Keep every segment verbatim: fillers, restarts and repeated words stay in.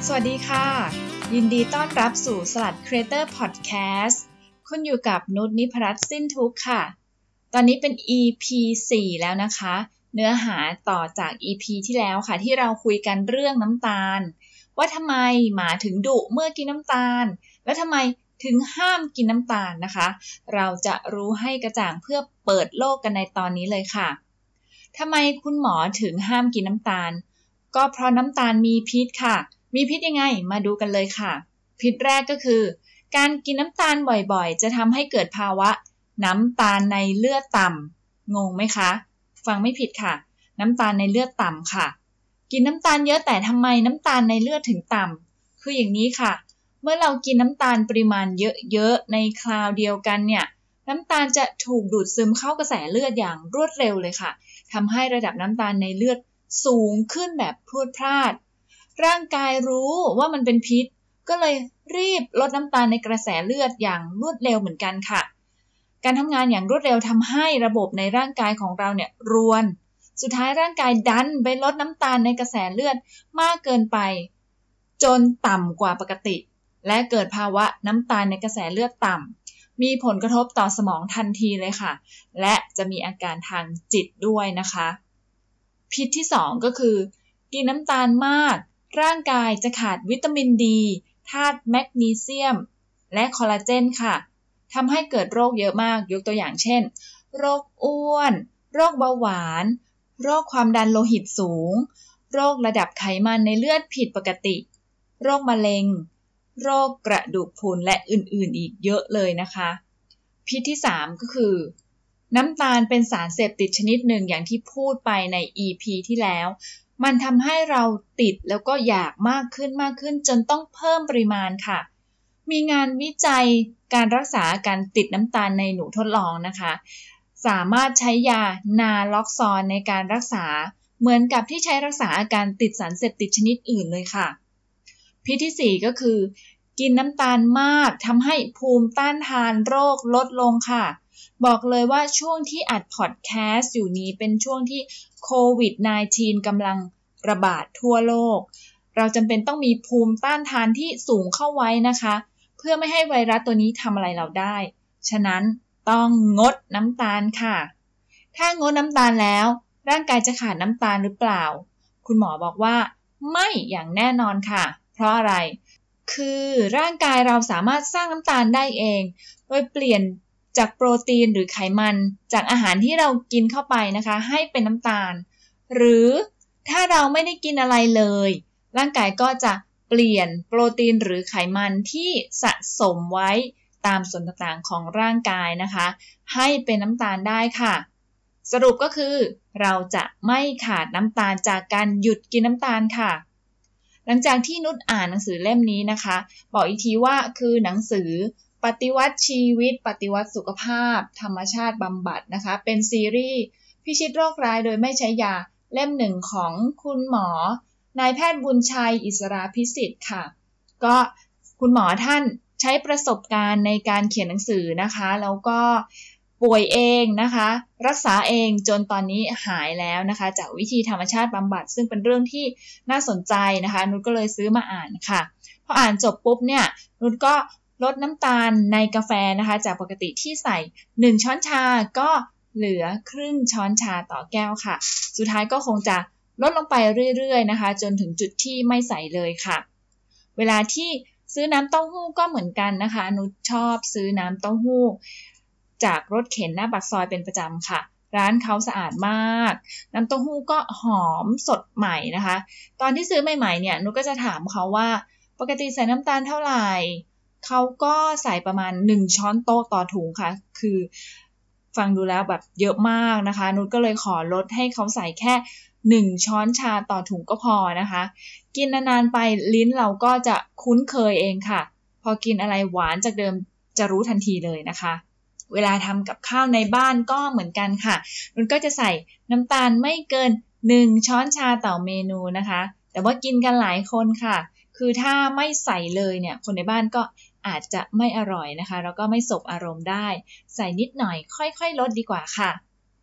สวัสดีค่ะยินดีต้อนรับสู่สลัด Creator Podcast คุณอยู่กับนุชนิพรัตน์สิ้นทุกข์ค่ะตอนนี้เป็น อี พี สี่แล้วนะคะเนื้อหาต่อจาก อี พี ที่แล้วค่ะที่เราคุยกันเรื่องน้ำตาลว่าทำไมหมาถึงดุเมื่อกินน้ำตาลและทำไมถึงห้ามกินน้ำตาลนะคะเราจะรู้ให้กระจ่างเพื่อเปิดโลกกันในตอนนี้เลยค่ะทำไมคุณหมอถึงห้ามกินน้ำตาลก็เพราะน้ำตาลมีพิษค่ะมีพิษยังไงมาดูกันเลยค่ะพิษแรกก็คือการกินน้ำตาลบ่อยๆจะทำให้เกิดภาวะน้ำตาลในเลือดต่ำงงไหมคะฟังไม่ผิดค่ะน้ำตาลในเลือดต่ำค่ะกินน้ำตาลเยอะแต่ทำไมน้ำตาลในเลือดถึงต่ำคืออย่างนี้ค่ะเมื่อเรากินน้ำตาลปริมาณเยอะๆในคราวเดียวกันเนี่ยน้ำตาลจะถูกดูดซึมเข้ากระแสเลือดอย่างรวดเร็วเลยค่ะทำให้ระดับน้ำตาลในเลือดสูงขึ้นแบบพรวดพราดร่างกายรู้ว่ามันเป็นพิษก็เลยรีบลดน้ำตาลในกระแสเลือดอย่างรวดเร็วเหมือนกันค่ะการทำงานอย่างรวดเร็วทำให้ระบบในร่างกายของเราเนี่ยรวนสุดท้ายร่างกายดันไปลดน้ำตาลในกระแสเลือดมากเกินไปจนต่ำกว่าปกติและเกิดภาวะน้ำตาลในกระแสเลือดต่ำมีผลกระทบต่อสมองทันทีเลยค่ะและจะมีอาการทางจิตด้วยนะคะพิษที่สองก็คือกินน้ำตาลมากร่างกายจะขาดวิตามินดีธาตุแมกนีเซียมและคอลลาเจนค่ะทำให้เกิดโรคเยอะมากยกตัวอย่างเช่นโรคอ้วนโรคเบาหวานโรคความดันโลหิตสูงโรคระดับไขมันในเลือดผิดปกติโรคมะเร็งโรคกระดูกพรุนและอื่นๆอีกเยอะเลยนะคะพิษที่สามก็คือน้ำตาลเป็นสารเสพติดชนิดหนึ่งอย่างที่พูดไปใน อี พี ที่แล้วมันทำให้เราติดแล้วก็อยากมากขึ้นมากขึ้นจนต้องเพิ่มปริมาณค่ะมีงานวิจัยการรักษาการติดน้ำตาลในหนูทดลองนะคะสามารถใช้ยานาล็อกซอนในการรักษาเหมือนกับที่ใช้รักษาอาการติดสารเสพติดชนิดอื่นเลยค่ะพิษที่สี่ก็คือกินน้ำตาลมากทำให้ภูมิต้านทานโรคลดลงค่ะบอกเลยว่าช่วงที่อัดพอดแคสต์อยู่นี้เป็นช่วงที่โควิด สิบเก้า กำลังระบาดทั่วโลกเราจำเป็นต้องมีภูมิต้านทานที่สูงเข้าไว้นะคะเพื่อไม่ให้ไวรัสตัวนี้ทำอะไรเราได้ฉะนั้นต้องงดน้ำตาลค่ะถ้างดน้ำตาลแล้วร่างกายจะขาดน้ำตาลหรือเปล่าคุณหมอบอกว่าไม่อย่างแน่นอนค่ะเพราะอะไรคือร่างกายเราสามารถสร้างน้ำตาลได้เองโดยเปลี่ยนจากโปรตีนหรือไขมันจากอาหารที่เรากินเข้าไปนะคะให้เป็นน้ำตาลหรือถ้าเราไม่ได้กินอะไรเลยร่างกายก็จะเปลี่ยนโปรตีนหรือไขมันที่สะสมไว้ตามส่วนต่างๆของร่างกายนะคะให้เป็นน้ำตาลได้ค่ะสรุปก็คือเราจะไม่ขาดน้ำตาลจากการหยุดกินน้ำตาลค่ะหลังจากที่นุชอ่านหนังสือเล่มนี้นะคะบอกอีกทีว่าคือหนังสือปฏิวัติชีวิตปฏิวัติสุขภาพธรรมชาติบำบัดนะคะเป็นซีรีส์พิชิตโรคร้ายโดยไม่ใช้ยาเล่มหนึ่งของคุณหมอนายแพทย์บุญชัยอิสราภิสิทธิ์ค่ะก็คุณหมอท่านใช้ประสบการณ์ในการเขียนหนังสือนะคะแล้วก็ป่วยเองนะคะรักษาเองจนตอนนี้หายแล้วนะคะจากวิธีธรรมชาติบำบัดซึ่งเป็นเรื่องที่น่าสนใจนะคะนุชก็เลยซื้อมาอ่านค่ะพออ่านจบปุ๊บเนี่ยนุชก็ลดน้ำตาลในกาแฟนะคะจากปกติที่ใส่หนึ่งช้อนชาก็เหลือครึ่งช้อนชาต่อแก้วค่ะสุดท้ายก็คงจะลดลงไปเรื่อยๆนะคะจนถึงจุดที่ไม่ใส่เลยค่ะเวลาที่ซื้อน้ำเต้าหู้ก็เหมือนกันนะคะนุชชอบซื้อน้ำเต้าหู้จากรถเข็นหน้าปากซอยเป็นประจำค่ะร้านเขาสะอาดมากน้ำเต้าหู้ก็หอมสดใหม่นะคะตอนที่ซื้อใหม่ๆเนี่ยนุชก็จะถามเขาว่าปกติใส่น้ำตาลเท่าไหร่เขาก็ใส่ประมาณหนึ่งช้อนโต๊ะต่อถุงค่ะคือฟังดูแล้วแบบเยอะมากนะคะนุชก็เลยขอลดให้เขาใส่แค่หนึ่งช้อนชาต่อถุงก็พอนะคะกินนานๆไปลิ้นเราก็จะคุ้นเคยเองค่ะพอกินอะไรหวานจากเดิมจะรู้ทันทีเลยนะคะเวลาทำกับข้าวในบ้านก็เหมือนกันค่ะนุชก็จะใส่น้ำตาลไม่เกินหนึ่งช้อนชาต่อเมนูนะคะแต่ว่ากินกันหลายคนค่ะคือถ้าไม่ใส่เลยเนี่ยคนในบ้านก็อาจจะไม่อร่อยนะคะแล้วก็ไม่สบอารมณ์ได้ใส่นิดหน่อยค่อยๆลดดีกว่าค่ะ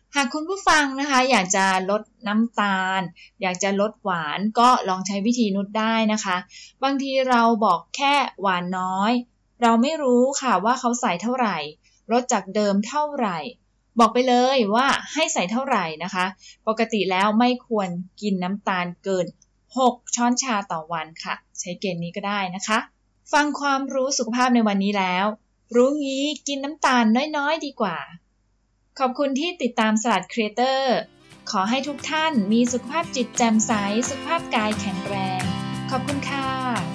หากคุณผู้ฟังนะคะอยากจะลดน้ำตาลอยากจะลดหวานก็ลองใช้วิธีนุชได้นะคะบางทีเราบอกแค่หวานน้อยเราไม่รู้ค่ะว่าเขาใส่เท่าไหร่ลดจากเดิมเท่าไหร่บอกไปเลยว่าให้ใส่เท่าไหร่นะคะปกติแล้วไม่ควรกินน้ำตาลเกินหกช้อนชาต่อวันค่ะใช้เกณฑ์นี้ก็ได้นะคะฟังความรู้สุขภาพในวันนี้แล้วรู้งี้กินน้ำตาลน้อยๆดีกว่าขอบคุณที่ติดตามสลัดครีเอเตอร์ขอให้ทุกท่านมีสุขภาพจิตแจ่มใสสุขภาพกายแข็งแรงขอบคุณค่ะ